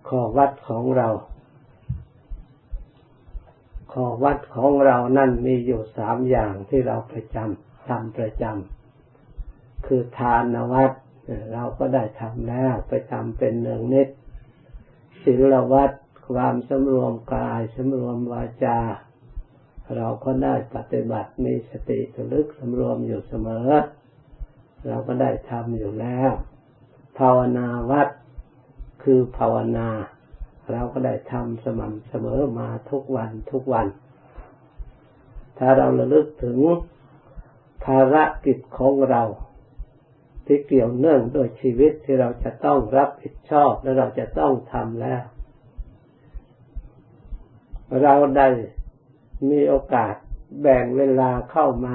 ข้อวัดของเราข้อวัดของเรานั่นมีอยู่3อย่างที่เราทำประจำคือทานวัดเราก็ได้ทำแล้วไปทำเป็นเนืองนิดศีลวัดความสำรวมกายสำรวมวาจาเราก็ได้ปฏิบัติมีสติระลึกสำรวมอยู่เสมอเราก็ได้ทำอยู่แล้วภาวนาวัดคือภาวนาเราก็ได้ทำสม่ำเสมอมาทุกวันถ้าเราระลึกถึงภารกิจของเราที่เกี่ยวเนื่องโดยชีวิตที่เราจะต้องรับผิดชอบและเราจะต้องทำแล้วเราได้มีโอกาสแบ่งเวลาเข้ามา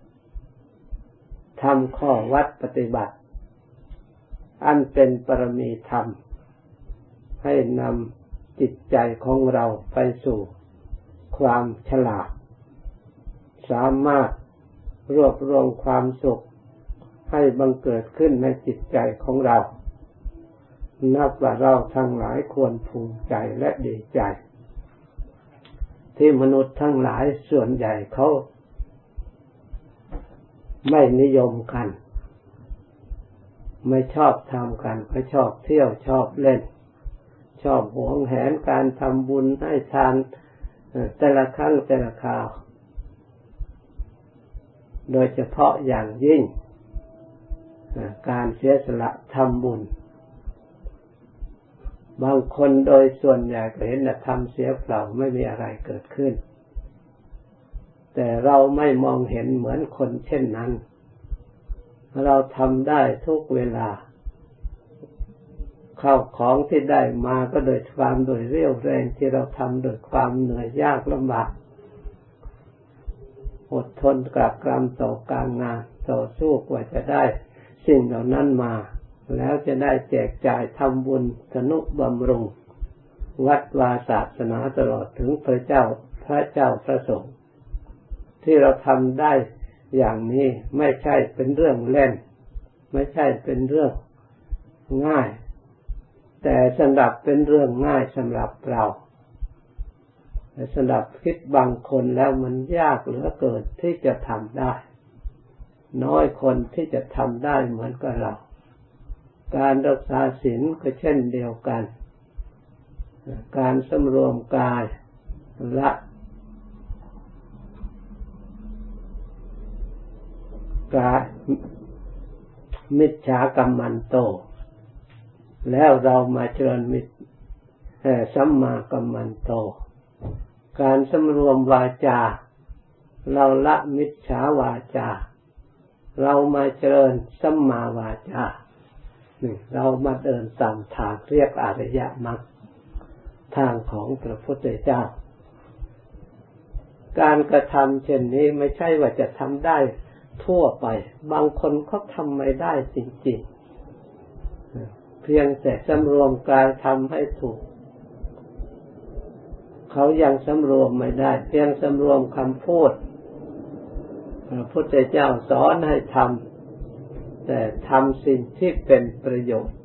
ทำข้อวัดปฏิบัติอันเป็นปรมีธรรมให้นำจิตใจของเราไปสู่ความฉลาดสามารถรวบรวมความสุขให้บังเกิดขึ้นในจิตใจของเรานับว่าเราทั้งหลายควรภูมิใจและดีใจที่มนุษย์ทั้งหลายส่วนใหญ่เขาไม่นิยมกันไม่ชอบทำกันเขาชอบเที่ยวชอบเล่นชอบหวงแหนการทำบุญให้ทานแต่ละครั้งแต่ละคราวโดยเฉพาะอย่างยิ่งการเสียสละทำบุญบางคนโดยส่วนใหญ่ก็เห็นว่าทำเสียเปล่าไม่มีอะไรเกิดขึ้นแต่เราไม่มองเห็นเหมือนคนเช่นนั้นเราทำได้ทุกเวลาข้าวของที่ได้มาก็โดยความโดยเรี่ยวแรงที่เราทำโดยความเหนื่อยยากลำบากอดทนกับกรรมต่อการงานต่อสู้กว่าจะได้สิ่งเหล่านั้นมาแล้วจะได้แจกจ่ายทำบุญทนุบำรุงวัดวาศาสนาตลอดถึงพระเจ้าพระสงฆ์ที่เราทำได้อย่างนี้ไม่ใช่เป็นเรื่องเล่นไม่ใช่เป็นเรื่องง่ายแต่สำหรับเป็นเรื่องง่ายสำหรับเราแต่สำหรับคิดบางคนแล้วมันยากเหลือเกินที่จะทำได้น้อยคนที่จะทำได้เหมือนกับเราการรักษาศีลก็เช่นเดียวกันการสำรวมกายละกายมิจฉากัมมันโตแล้วเรามาเจริญสัมมากัมมันโตการสำรวมวาจาเราละมิจฉาวาจาเรามาเจริญสัมมาวาจาเรามาเดินตามทางเรียกอริยมรรคทางของพระพุทธเจ้าการกระทำเช่นนี้ไม่ใช่ว่าจะทำได้ทั่วไปบางคนเขาทำไม่ได้จริงๆเพียงแต่สำรวมกายทำให้ถูกเขายังสำรวมไม่ได้เพียงสำรวมคำพูดพระพุทธเจ้าสอนให้ทำแต่ทำสิ่งที่เป็นประโยชน์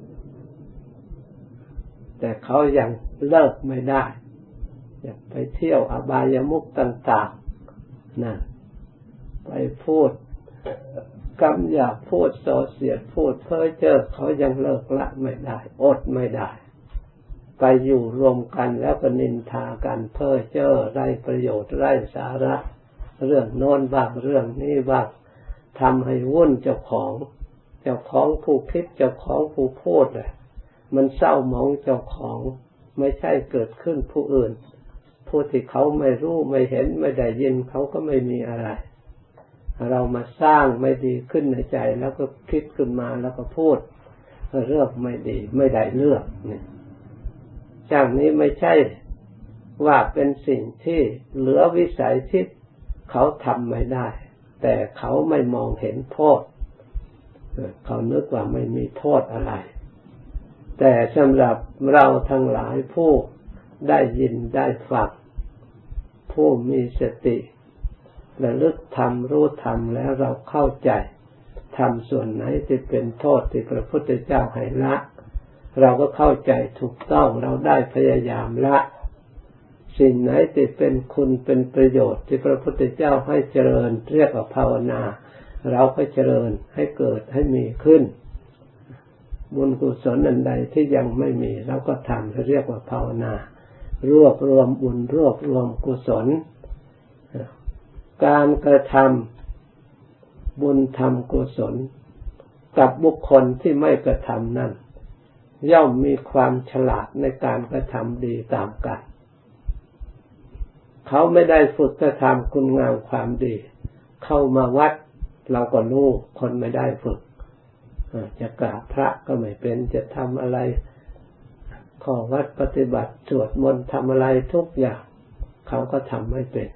แต่เขายังเลิกไม่ได้อยากไปเที่ยวอบายมุขต่างๆนั่นไปพูดคำหยาบพูดส่อเสียดพูดเพ้อเจ้อเขายังเลิกละไม่ได้อดไม่ได้ไปอยู่รวมกันแล้วก็นินทากันเพ้อเจ้อไร้ประโยชน์ไร้สาระเรื่องโน้นบ้างเรื่องนี้บ้างทำให้วุ่นเจ้าของผู้คิดเจ้าของผู้พูดเลยมันเศร้าหมองเจ้าของไม่ใช่เกิดขึ้นผู้อื่นผู้ที่เขาไม่รู้ไม่เห็นไม่ได้ยินเขาก็ไม่มีอะไรเรามาสร้างไม่ดีขึ้นในใจแล้วก็คิดขึ้นมาแล้วก็พูดเรื่องไม่ดีไม่ได้เรื่องนี่อย่างนี้ไม่ใช่ว่าเป็นสิ่งที่เหลือวิสัยที่เขาทำไม่ได้แต่เขาไม่มองเห็นโทษเขานึกว่าไม่มีโทษอะไรแต่สำหรับเราทั้งหลายผู้ได้ยินได้ฟังผู้มีสติระลึกธรรมรู้ธรรมแล้วเราเข้าใจธรรมส่วนไหนที่เป็นโทษที่พระพุทธเจ้าให้ละเราก็เข้าใจถูกต้องเราได้พยายามละสิ่งไหนที่เป็นคุณเป็นประโยชน์ที่พระพุทธเจ้าให้เจริญเรียกว่าภาวนาเราก็เจริญให้เกิดให้มีขึ้นบุญกุศลอันใดที่ยังไม่มีเราก็ทำเรียกว่าภาวนารวบรวมบุญรวบรวมกุศลการกระทำบุญทำกุศลกับบุคคลที่ไม่กระทำนั้นย่อมมีความฉลาดในการกระทำดีตามกันเขาไม่ได้ฝึกกระทำคุณงามความดีเข้ามาวัดเราก็รู้คนไม่ได้ฝึกจะกราบพระก็ไม่เป็นจะทำอะไรข้อวัดปฏิบัติสวดมนต์ทำอะไรทุกอย่างเขาก็ทำไม่เป็น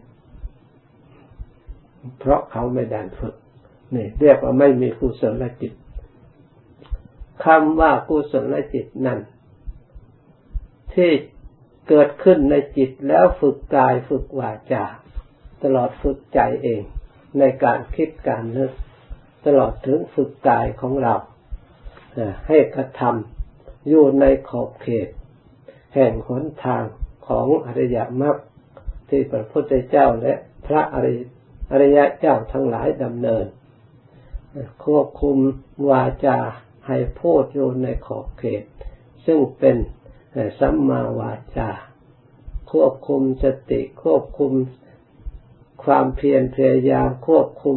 เพราะเขาไม่ได้ฝึกนี่เรียกว่าไม่มีกุศลจิตคำว่ากุศลจิตนั้นที่เกิดขึ้นในจิตแล้วฝึกกายฝึกวาจาตลอดฝึกใจเองในการคิดการนึกตลอดถึงฝึกกายของเราให้กระทำอยู่ในขอบเขตแห่งหนทางของอริยมรรคที่พระพุทธเจ้าและพระอริยเจ้าทั้งหลายดำเนินควบคุมวาจาให้พูดอยู่ในขอบเขตซึ่งเป็นสัมมาวาจาควบคุมสติควบคุมความเพียรพยายามควบคุม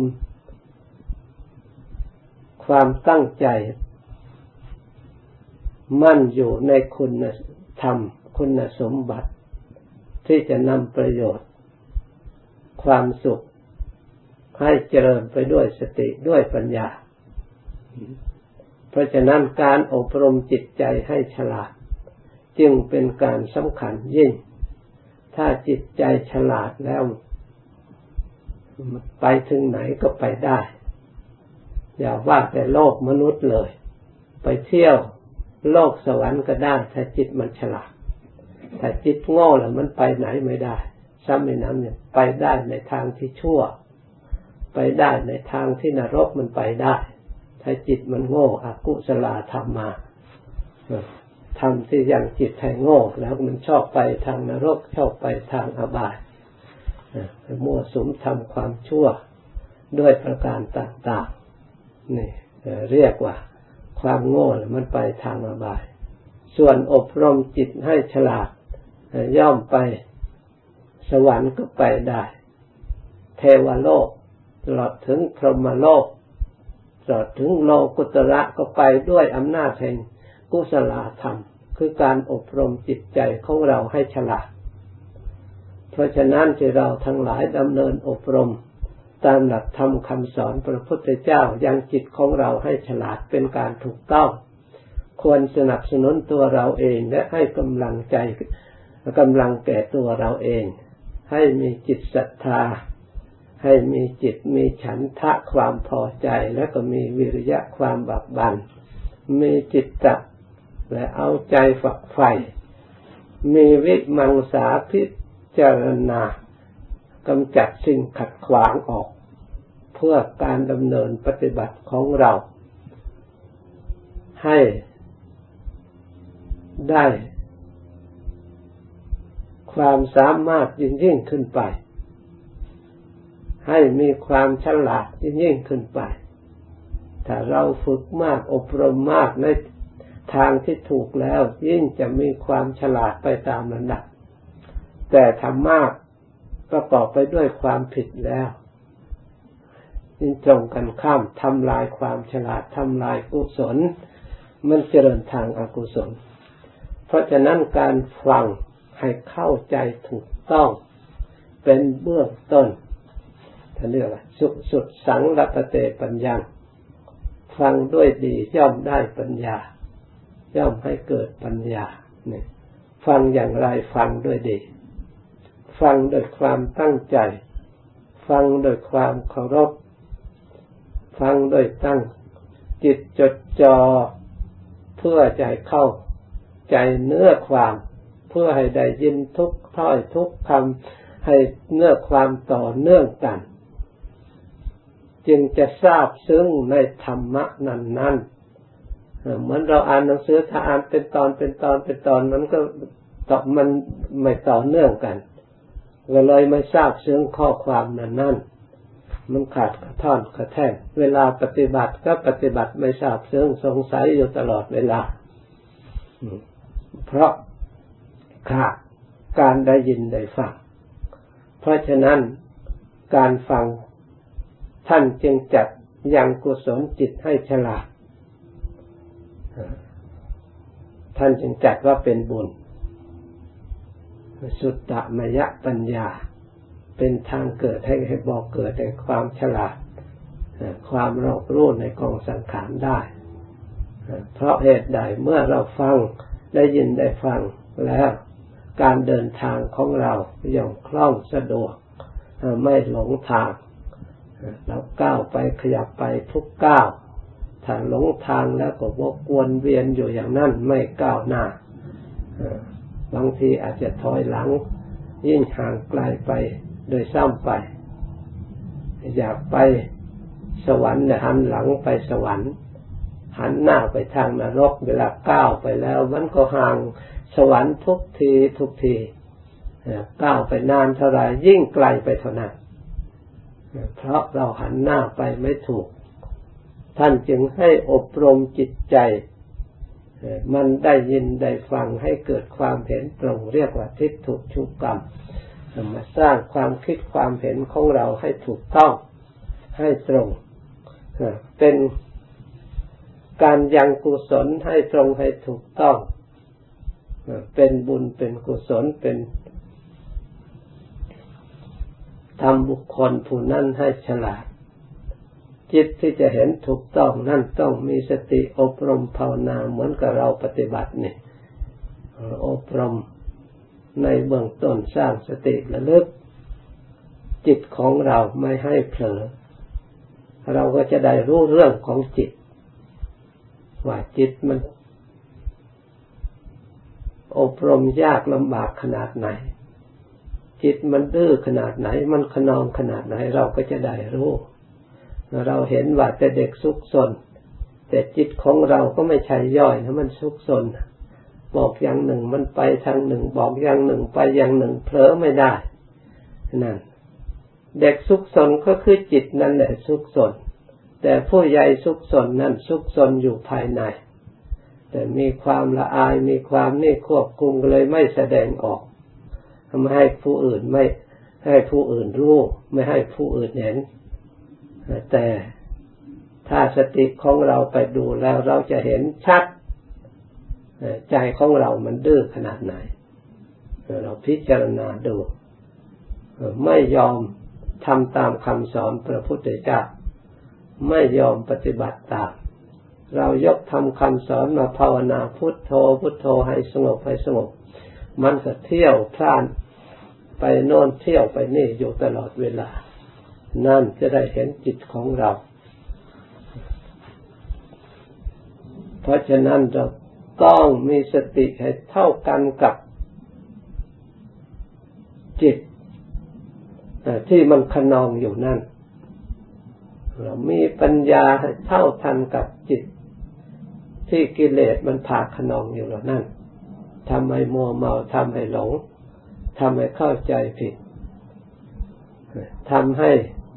ความตั้งใจมั่นอยู่ในคุณธรรมคุณสมบัติที่จะนำประโยชน์ความสุขให้เจริญไปด้วยสติด้วยปัญญาเพราะฉะนั้นการอบรมจิตใจให้ฉลาดจึงเป็นการสำคัญยิ่งถ้าจิตใจฉลาดแล้วไปถึงไหนก็ไปได้อย่าว่าแต่โลกมนุษย์เลยไปเที่ยวโลกสวรรค์ก็ได้ถ้าจิตมันฉลาดถ้าจิตโง่แล้วมันไปไหนไม่ได้ซ้ำในนั้นเนี่ยไปได้ในทางที่ชั่วไปได้ในทางที่นรกมันไปได้ถ้าจิตมันโง่อกุศลธรรมมาทำที่ยังจิตให้โง่แล้วมันชอบไปทางนรกชอบไปทางอบายมั่วสุมทำความชั่วด้วยประการต่างๆนี่เรียกว่าความโง่มันไปทางอบายส่วนอบรมจิตให้ฉลาดย่อมไปสวรรค์ก็ไปได้เทวโลกตลอดถึงพรหมโลกตลอดถึงโลกุตระก็ไปด้วยอำนาจแห่งกุศลธรรมคือการอบรมจิตใจของเราให้ฉลาดเพราะฉะนั้นที่เราทั้งหลายดำเนินอบรมตามหลักธรรมคำสอนพระพุทธเจ้ายังจิตของเราให้ฉลาดเป็นการถูกต้องควรสนับสนุนตัวเราเองและให้กำลังใจกำลังแก่ตัวเราเองให้มีจิตศรัทธาให้มีจิตมีฉันทะความพอใจและก็มีวิริยะความบักบั่นมีจิตตะและเอาใจฝักใฝ่มีวิมังสาพิจารณากำจัดสิ่งขัดขวางออกเพื่อการดำเนินปฏิบัติของเราให้ได้ความสามารถยิ่งขึ้นไปให้มีความฉลาดยิ่งขึ้นไปถ้าเราฝึกมากอบรมมากในทางที่ถูกแล้วยิ่งจะมีความฉลาดไปตามระดับแต่ทำมากประกอบไปด้วยความผิดแล้วยิ่งตรงกันข้ามทำลายความฉลาดทำลายกุศลมันเจริญทางอกุศลเพราะฉะนั้นการฟังให้เข้าใจถูกต้องเป็นเบื้องต้นท่านเรียกว่าสุดสังรัตเตปัญญาฟังด้วยดีย่อมได้ปัญญาย่อมให้เกิดปัญญาเนี่ยฟังอย่างไรฟังด้วยดีฟังด้วยความตั้งใจฟังด้วยความเคารพฟังด้วยตั้งจิตจดจ่อเพื่อใจเข้าใจเนื้อความเพื่อให้ได้ยินทุกถ้อยทุกคำให้เนื้อความต่อเนื่องกันจึงจะทราบซึ้งในธรรมะนั้นเหมือนเราอ่านหนังสือถ้าอ่านเป็นตอนมันก็มันไม่ต่อเนื่องกันก็เลยไม่ทราบซึ้งข้อความนั้นมันขาดท่อนกระแทกเวลาปฏิบัติก็ปฏิบัติไม่ทราบซึ้งสงสัยอยู่ตลอดเวลาเพราะขาดการได้ยินได้ฟังเพราะฉะนั้นการฟังท่านจึงจัดยังกุศลจิตให้ฉลาดท่านจึงจัดว่าเป็นบุญสุตตมยปัญญาเป็นทางเกิดให้บอกเกิดในความฉลาดความรอบรู้ในกองสังขารได้เพราะเหตุใดเมื่อเราฟังได้ยินได้ฟังแล้วการเดินทางของเราย่อมคล่องสะดวกไม่หลงทางเราก้าวไปขยับไปทุกก้าวถ้าหลงทางแล้วก็วกวนเวียนอยู่อย่างนั้นไม่ก้าวหน้าบางทีอาจจะถอยหลังยิ่งห่างไกลไปโดยซ้ำไปอยากไปสวรรค์หันหลังไปสวรรค์หันหน้าไปทางนรกเวลาก้าวไปแล้วมันก็ห่างสวรรค์ทุกทีก้าวไปนานเท่าไรยิ่งไกลไปเท่านั้นเพราะเราหันหน้าไปไม่ถูกท่านจึงให้อบรมจิตใจมันได้ยินได้ฟังให้เกิดความเห็นตรงเรียกว่าทิฏฐุชุกรรมมาสร้างความคิดความเห็นของเราให้ถูกต้องให้ตรงเป็นการยังกุศลให้ตรงให้ถูกต้องเป็นบุญเป็นกุศลเป็นทำบุคคลผู้นั้นให้ฉลาดจิตที่จะเห็นถูกต้องนั่นต้องมีสติอบรมภาวนาเหมือนกับเราปฏิบัตินี่อบรมในเบื้องต้นสร้างสติระลึกจิตของเราไม่ให้เผลอเราก็จะได้รู้เรื่องของจิตว่าจิตมันอบรมยากลำบากขนาดไหนจิตมันดื้อขนาดไหนมันขนองขนาดไหนเราก็จะได้รู้เราเห็นว่าแต่เด็กซุกซนแต่จิตของเราก็ไม่ใช่ย่อยนะมันซุกซนบอกอย่างหนึ่งมันไปทางหนึ่งบอกอย่างหนึ่งไปอย่างหนึ่งเผลอไม่ได้นั่นเด็กซุกซนก็คือจิตนั่นแหละซุกซนแต่ผู้ใหญ่ซุกซนนั่นซุกซนอยู่ภายในแต่มีความละอายมีความนี่ควบคุมเลยไม่แสดงออกไม่ให้ผู้อื่นไม่ให้ผู้อื่นรู้ไม่ให้ผู้อื่นเห็นแต่ถ้าสติของเราไปดูแล้วเราจะเห็นชัดใจของเรามันดื้อขนาดไหนเราพิจารณาดูไม่ยอมทำตามคำสอนพระพุทธเจ้าไม่ยอมปฏิบัติตามเรายกทำคำสอนมาภาวนาพุทโธพุทโธให้สงบมันก็เที่ยวพล่านไปโน่นเที่ยวไปนี่อยู่ตลอดเวลานั่นจะได้เห็นจิตของเราเพราะฉะนั้นเราต้องมีสติให้เท่ากันกับจิตที่มันขนองอยู่นั่นเรามีปัญญาให้เท่าทันกับจิตที่กิเลสมันพาขนองอยู่แล้วนั่นทำให้มัวเมาทำให้หลงทำให้เข้าใจผิดทำให้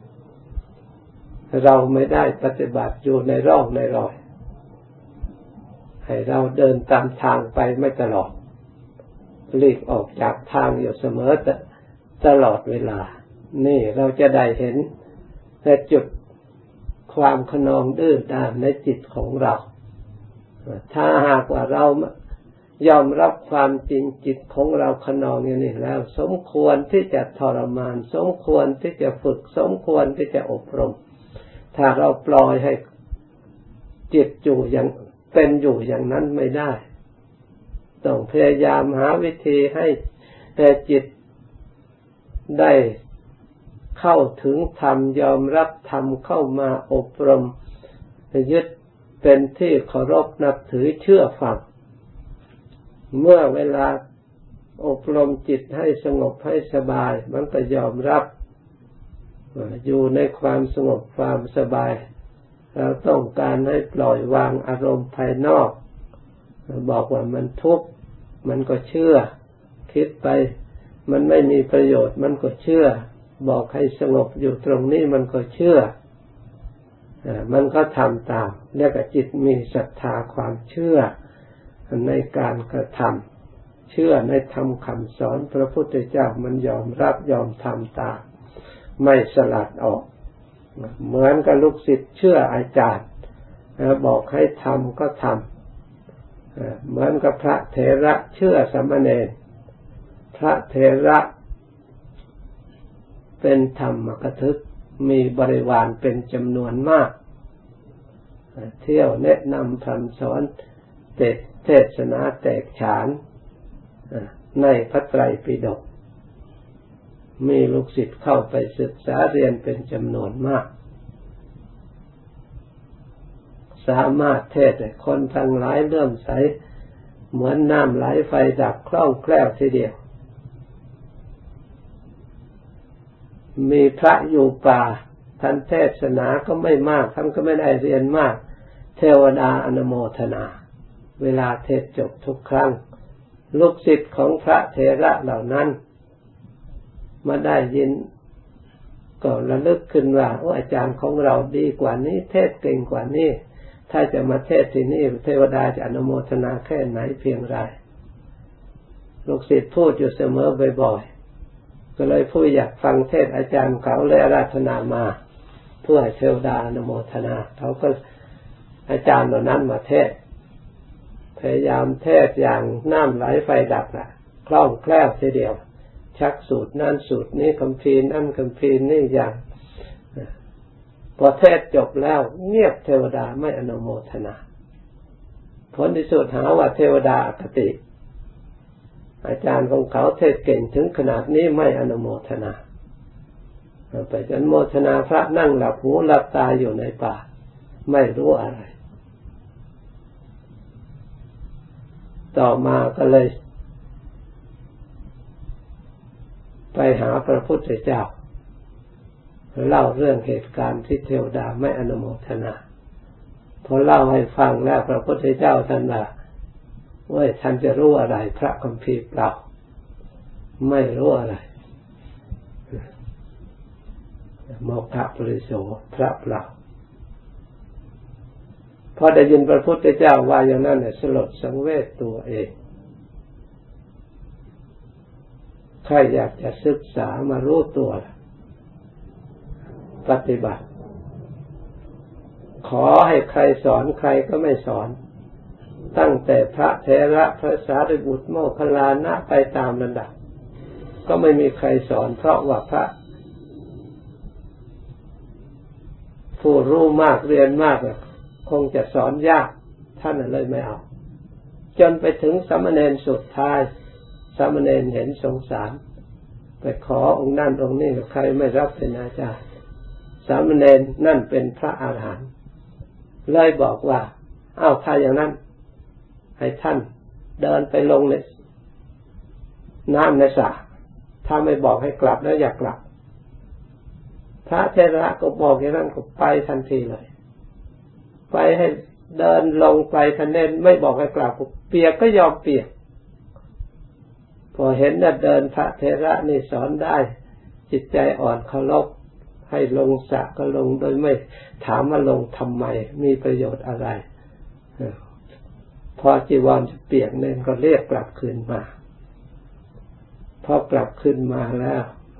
เราไม่ได้ปฏิบัติอยู่ในร่องในรอยให้เราเดินตามทางไปไม่ตลอดหลีกออกจากทางอยู่เสมอตลอดเวลานี่เราจะได้เห็นในจุดความขนองดื้อด้านในจิตของเราถ้าหากว่าเรายอมรับความจริงจิตของเราขนองอย่างนี้แล้วสมควรที่จะทรมานสมควรที่จะฝึกสมควรที่จะอบรมถ้าเราปล่อยให้จิตอยู่อย่างเป็นอยู่อย่างนั้นไม่ได้ต้องพยายามหาวิธีให้แต่จิตได้เข้าถึงธรรมยอมรับธรรมเข้ามาอบรมยึดเป็นที่เคารพนับถือเชื่อฟังเมื่อเวลาอบรมจิตให้สงบให้สบายมันก็ยอมรับอยู่ในความสงบความสบายเราต้องการให้ปล่อยวางอารมณ์ภายนอกบอกว่ามันทุกข์มันก็เชื่อคิดไปมันไม่มีประโยชน์มันก็เชื่อบอกให้สงบอยู่ตรงนี้มันก็เชื่อมันก็ทำตามเรียกว่าจิตมีศรัทธาความเชื่อในการกระทำเชื่อในธรรมคำสอนพระพุทธเจ้ามันยอมรับยอมทำตามไม่สลัดออกเหมือนกับลูกศิษย์เชื่ออาจารย์บอกให้ทำก็ทำเหมือนกับพระเถระเชื่อสามเณรพระเถระเป็นธรรมกถึกมีบริวารเป็นจำนวนมากเที่ยวแนะนำคำสอนเทศนาแตกฉานในพระไตรปิฎกมีลูกศิษย์เข้าไปศึกษาเรียนเป็นจำนวนมากสามารถเทศน์ให้คนทั้งหลายเลื่อมใสเหมือนน้ำไหลไฟดับคล่องแคล่วทีเดียวมีพระอยู่ป่าท่านเทศนาก็ไม่มากท่านก็ไม่ได้เรียนมากเทวดาอนุโมทนาเวลาเทศจบทุกครั้งลูกศิษย์ของพระเถระเหล่านั้นมาได้ยินก็ระลึกขึ้นว่าอาจารย์ของเราดีกว่านี้เทศเก่งกว่านี้ถ้าจะมาเทศที่นี่เทวดาจะอนุโมทนาแค่ไหนเพียงไรลูกศิษย์พูดอยู่เสมอบ่อยๆก็เลยผู้อยากฟังเทศอาจารย์เขาเลยอาราธนามาเพื่อให้เทวดาอนุโมทนาเขาก็อาจารย์เหล่านั้นมาเทศพยายามเทศอย่างน้ำไหลไฟดับน่ะคล่องแคล่วทีเดียวชักสูตรนั้นสูตรนี้คัมภีร์นั่นคัมภีร์นี่อย่างพอเทศจบแล้วเงียบเทวดาไม่อนุโมทนาผลที่สุดหาว่าเทวดาอคติอาจารย์ของเขาเทศเก่งถึงขนาดนี้ไม่อนุโมทนาไปจนโมทนาพระนั่งหลับหูหลับตาอยู่ในป่าไม่รู้อะไรต่อมาก็เลยไปหาพระพุทธเจ้าเล่าเรื่องเหตุการณ์ที่เทวดาไม่อนุโมทนาพอเล่าให้ฟังแล้วพระพุทธเจ้าท่านว่าท่านจะรู้อะไรพระคัมภีร์เปล่าไม่รู้อะไรโมฆะปริโสพระเปล่าพอได้ยินพระพุทธเจ้าว่าอย่างนั้นสลดสังเวชตัวเองใครอยากจะศึกษามารู้ตัวปฏิบัติขอให้ใครสอนใครก็ไม่สอนตั้งแต่พระเถระพระสารีบุตรโมคคัลลานะไปตามลำดับก็ไม่มีใครสอนเพราะว่าพระผู้รู้มากเรียนมากคงจะสอนยากท่านเลยไม่เอาจนไปถึงสามเณรสุดท้ายสามเณรเห็นสงสารไปขอองค์นั่นองค์นี้ใครไม่รับเป็นอาจารย์สามเณรนั่นเป็นพระอรหันต์เลยบอกว่าถ้าอย่างนั้นให้ท่านเดินไปลงในน้ำในสระถ้าไม่บอกให้กลับแล้วอย่ากลับพระเถระก็บอกอย่างนั้นก็ไปทันทีเลยไปให้เดินลงไปทันเน้นไม่บอกให้กลับเปียกก็ยอมเปียกพอเห็นน่ะเดินพระเถระนี่สอนได้จิตใจอ่อนเคารพให้ลงสระก็ลงโดยไม่ถามว่าลงทำไมมีประโยชน์อะไรพอจีวรจะเปียกเน้นก็เรียกกลับคืนมาพอกลับขึ้นมาแล้ว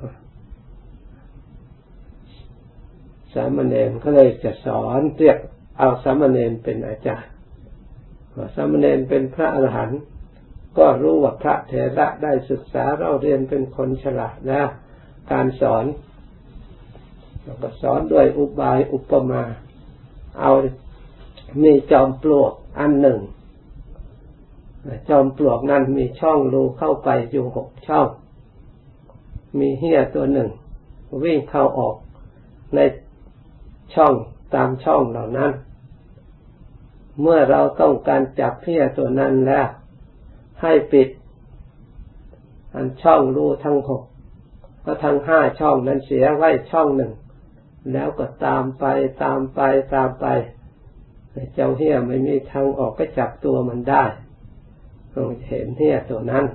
สามเณรก็เลยจะสอนเรียกเอาสามเณรเป็นอาจารย์สามเณรเป็นพระอรหันต์ก็รู้ว่าพระเถระได้ศึกษาเราเรียนเป็นคนฉลาดแล้วการสอนแล้วก็สอนด้วยอุบายอุปมาเอามีจอมปลวกอันหนึ่งจอมปลวกนั้นมีช่องรูเข้าไปอยู่6 ช่องมีเหี้ยตัวหนึ่งวิ่งเข้าออกในช่องตามช่องเหล่านั้นเมื่อเราต้องการจับเหี้ยตัวนั้นแล้วให้ปิดอันช่องรูทั้ง6ก็ทั้ง5 ช่องนั้นเสียไว้ช่องหนึ่งแล้วก็ตามไปเจ้าเหี้ยไม่มีทางออกก็จับตัวมันได้เห็นเหี้ยตัวนั้น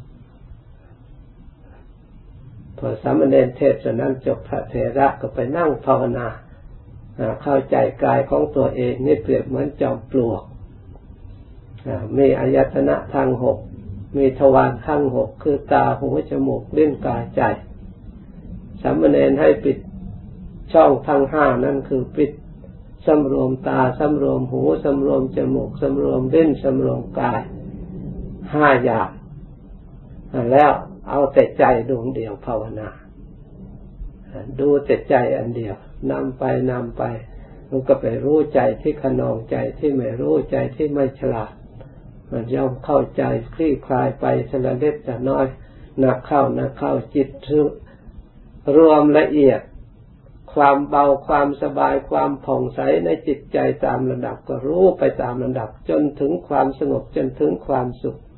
พอสามเณรเทศนั้นจบพระเถระก็ไปนั่งภาวนาเข้าใจกายของตัวเองนี่เปรียบเหมือนจอมปลวกมีอายตนะทั้ง 6มีทวารทั้ง 6คือตาหูจมูกลิ้นกายใจสามเณรให้ปิดช่องทั้ง 5นั่นคือปิดสำรวมตาสำรวมหูสำรวมจมูกสำรวมลิ้นสำรวมกาย5อย่างแล้วเอาแต่ใจดวงเดียวภาวนาดูแต่ใจอันเดียวนำไปมันก็ไปรู้ใจที่ขนองใจที่ไม่รู้ใจที่ไม่ฉลาดมันย่อมเข้าใจคลี่คลายไปทีละเล็กทีละน้อยหนักเข้าจิตรวมละเอียดความเบาความสบายความผ่องใสในจิตใจตามระดับก็รู้ไปตามระดับจนถึงความสงบจนถึงความสุข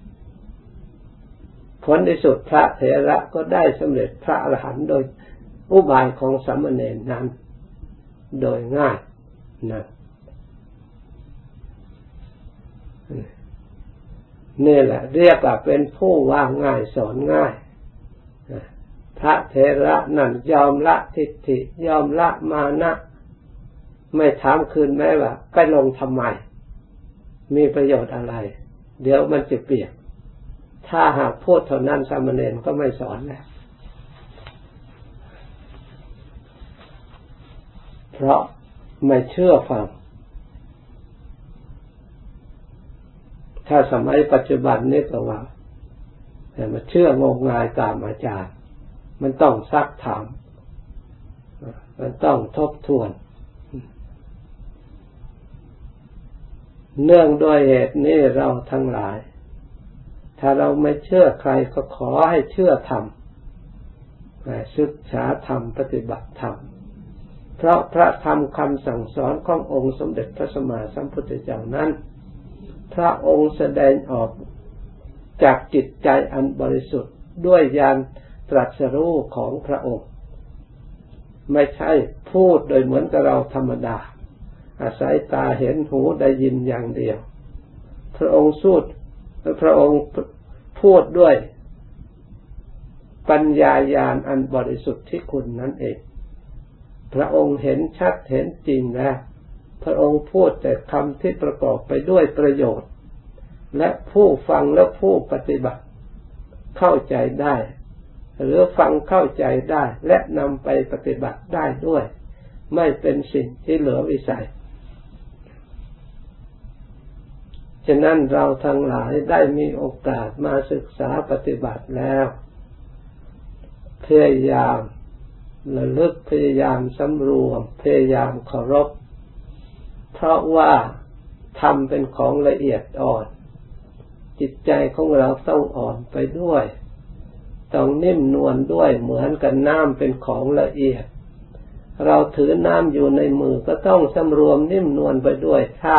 ผลที่สุดพระเถระก็ได้สำเร็จพระอรหันต์โดยอุบายของสามเณรนั้นโดยง่ายนะนี่แหละเรียกว่าเป็นผู้ว่าง่ายสอนง่ายพระเถระนั่นยอมละทิฏฐิยอมละมานะไม่ถามคืนแม้ว่าไปลงทำไมมีประโยชน์อะไรเดี๋ยวมันจะเปียกถ้าหากพูดเท่านั้นสามเณรก็ไม่สอนแล้วเพราะไม่เชื่อฟังถ้าสมัยปัจจุบันนี้ก็ว่าแต่มาเชื่องมงายตามอาจารย์มันต้องซักถามมันต้องทบทวนเนื่องด้วยเหตุนี้เราทั้งหลายถ้าเราไม่เชื่อใครก็ขอให้เชื่อธรรมศึกษาธรรมปฏิบัติธรรมเพราะพระธรรมคำสั่งสอนขององค์สมเด็จพระสัมมาสัมพุทธเจ้านั้นพระองค์แสดงออกจากจิตใจอันบริสุทธิ์ด้วยญาณตรัสรู้ของพระองค์ไม่ใช่พูดโดยเหมือนกับเราธรรมดาอาศัยตาเห็นหูได้ยินอย่างเดียวพระองค์พูดด้วยปัญญาญาณอันบริสุทธิ์ที่คุณนั่นเองพระองค์เห็นชัดเห็นจริงแล้วพระองค์พูดแต่คำที่ประกอบไปด้วยประโยชน์และผู้ฟังและผู้ปฏิบัติเข้าใจได้หรือฟังเข้าใจได้และนำไปปฏิบัติได้ด้วยไม่เป็นสิ่งที่เหลือวิสัยฉะนั้นเราทั้งหลายได้มีโอกาสมาศึกษาปฏิบัติแล้วพยายามระลึกพยายามสำรวมพยายามเคารพเพราะว่าธรรมเป็นของละเอียดอ่อนจิตใจของเราต้องอ่อนไปด้วยต้องนิ่มนวลด้วยเหมือนกับน้ำเป็นของละเอียดเราถือน้ำอยู่ในมือก็ต้องสำรวมนิ่มนวลไปด้วยถ้า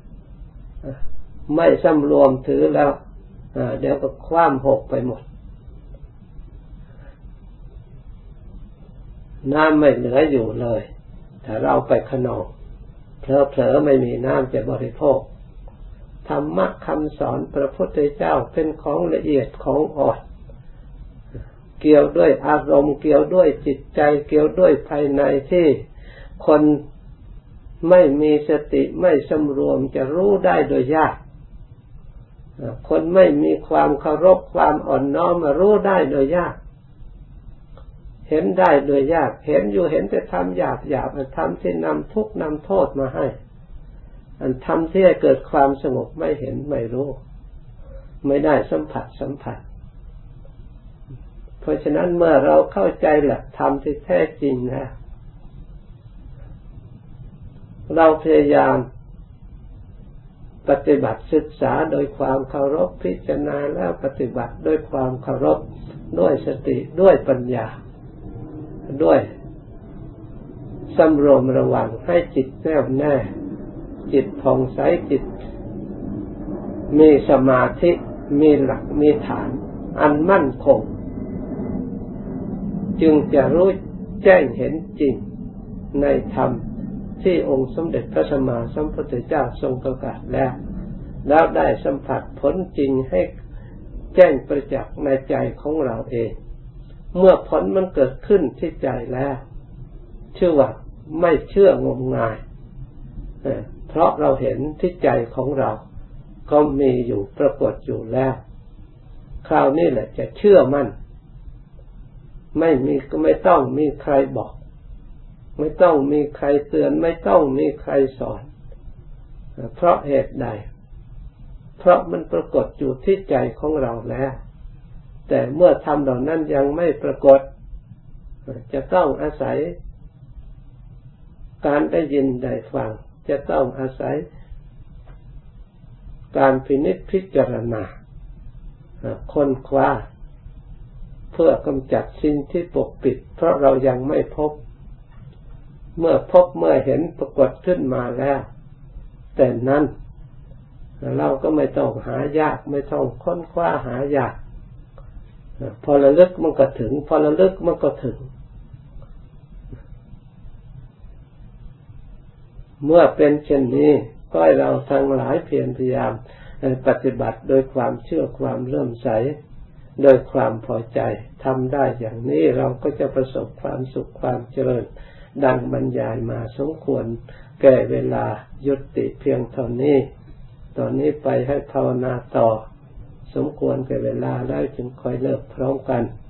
ไม่สำรวมถือแล้วเดี๋ยวก็คว่ำหกไปหมดน้ำไม่เหลืออยู่เลยถ้าเราไปขนองเผลอไม่มีน้ำจะบริโภคธรรมะคำสอนพระพุทธเจ้าเป็นของละเอียดของอ่อนเกี่ยวด้วยอารมณ์เกี่ยวด้วยจิตใจเกี่ยวด้วยภายในที่คนไม่มีสติไม่สำรวมจะรู้ได้โดยยากคนไม่มีความเคารพความอ่อนน้อมมารู้ได้โดยยากเห็นได้โดยยากเห็นอยู่เห็นแต่ทำหยาบทำที่นำทุกข์นำโทษมาให้ทำที่ให้เกิดความสงบไม่เห็นไม่รู้ไม่ได้สัมผัสเพราะฉะนั้นเมื่อเราเข้าใจหลักธรรมที่แท้จริงนะเราพยายามปฏิบัติศึกษาโดยความเคารพพิจารณาแล้วปฏิบัติด้วยความเคารพด้วยสติด้วยปัญญาด้วยสำรวมระวังให้จิตแน่วแน่จิตผ่องใสจิตมีสมาธิมีหลักมีฐานอันมั่นคงจึงจะรู้แจ้งเห็นจริงในธรรมที่องค์สมเด็จพระสัมมาสัมพุทธเจ้าทรงประกาศแล้วได้สัมผัสผลจริงให้แจ้งประจักษ์ในใจของเราเองเมื่อผลมันเกิดขึ้นที่ใจแล้วชื่อว่าไม่เชื่องมงายเพราะเราเห็นที่ใจของเราก็มีอยู่ปรากฏอยู่แล้วคราวนี้แหละจะเชื่อมั่นไม่ต้องมีใครบอกไม่ต้องมีใครเตือนไม่ต้องมีใครสอนเพราะเหตุใดเพราะมันปรากฏอยู่ที่ใจของเราแล้วแต่เมื่อธรรมเหล่านั้นยังไม่ปรากฏจะต้องอาศัยการได้ยินได้ฟังจะต้องอาศัยการพินิจพิจารณาค้นคว้าเพื่อกำจัดสิ่งที่ปกปิดเพราะเรายังไม่พบเมื่อพบเมื่อเห็นปรากฏขึ้นมาแล้วแต่นั้นเราก็ไม่ต้องหายากไม่ต้องค้นคว้าหายากพอระลึกมันก็ถึงพอระลึกมันก็ถึงเมื่อเป็นเช่นนี้ก็ให้เราทั้งหลายเพียรพยายามปฏิบัติโดยความเชื่อความเลื่อมใสโดยความพอใจทำได้อย่างนี้เราก็จะประสบความสุขความเจริญดังบรรยายมาสมควรแก่เวลายุติเพียงเท่านี้ตอนนี้ไปให้ภาวนาต่อสมควรแก่เวลาแล้วจึงค่อยเลิกพร้อมกัน